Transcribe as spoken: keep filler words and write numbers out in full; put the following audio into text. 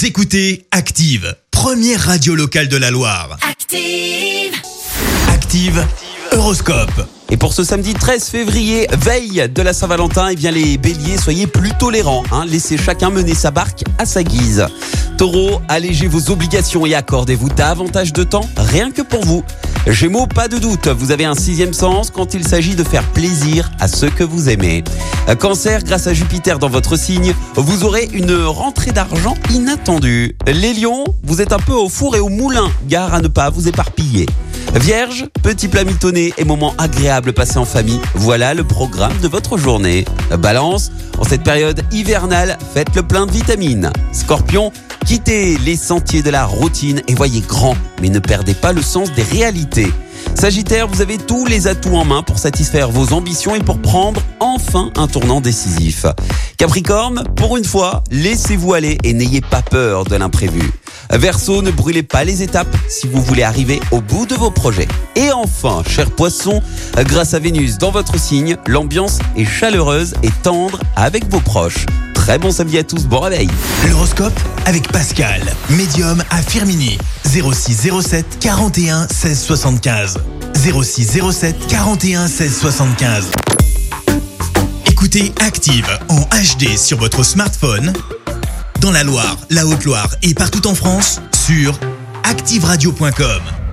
Vous écoutez Active, première radio locale de la Loire. Active. Active Horoscope. Et pour ce samedi treize février, veille de la Saint-Valentin, eh bien les béliers, soyez plus tolérants. Hein, laissez chacun mener sa barque à sa guise. Taureau, allégez vos obligations et accordez-vous davantage de temps rien que pour vous. Gémeaux, pas de doute, vous avez un sixième sens quand il s'agit de faire plaisir à ceux que vous aimez. Cancer, grâce à Jupiter dans votre signe, vous aurez une rentrée d'argent inattendue. Les lions, vous êtes un peu au four et au moulin, gare à ne pas vous éparpiller. Vierge, petit plat mitonné et moment agréable passé en famille, voilà le programme de votre journée. Balance, en cette période hivernale, faites le plein de vitamines. Scorpion, quittez les sentiers de la routine et voyez grand, mais ne perdez pas le sens des réalités. Sagittaire, vous avez tous les atouts en main pour satisfaire vos ambitions et pour prendre enfin un tournant décisif. Capricorne, pour une fois, laissez-vous aller et n'ayez pas peur de l'imprévu. Verseau, ne brûlez pas les étapes si vous voulez arriver au bout de vos projets. Et enfin, cher poisson, grâce à Vénus dans votre signe, l'ambiance est chaleureuse et tendre avec vos proches. Très bon samedi à tous, bon réveil. L'horoscope avec Pascal, médium à Firminy. zéro six zéro sept quarante et un seize soixante-quinze. zéro six zéro sept quarante et un seize soixante-quinze. Écoutez Active en H D sur votre smartphone, dans la Loire, la Haute-Loire et partout en France, sur active radio point com.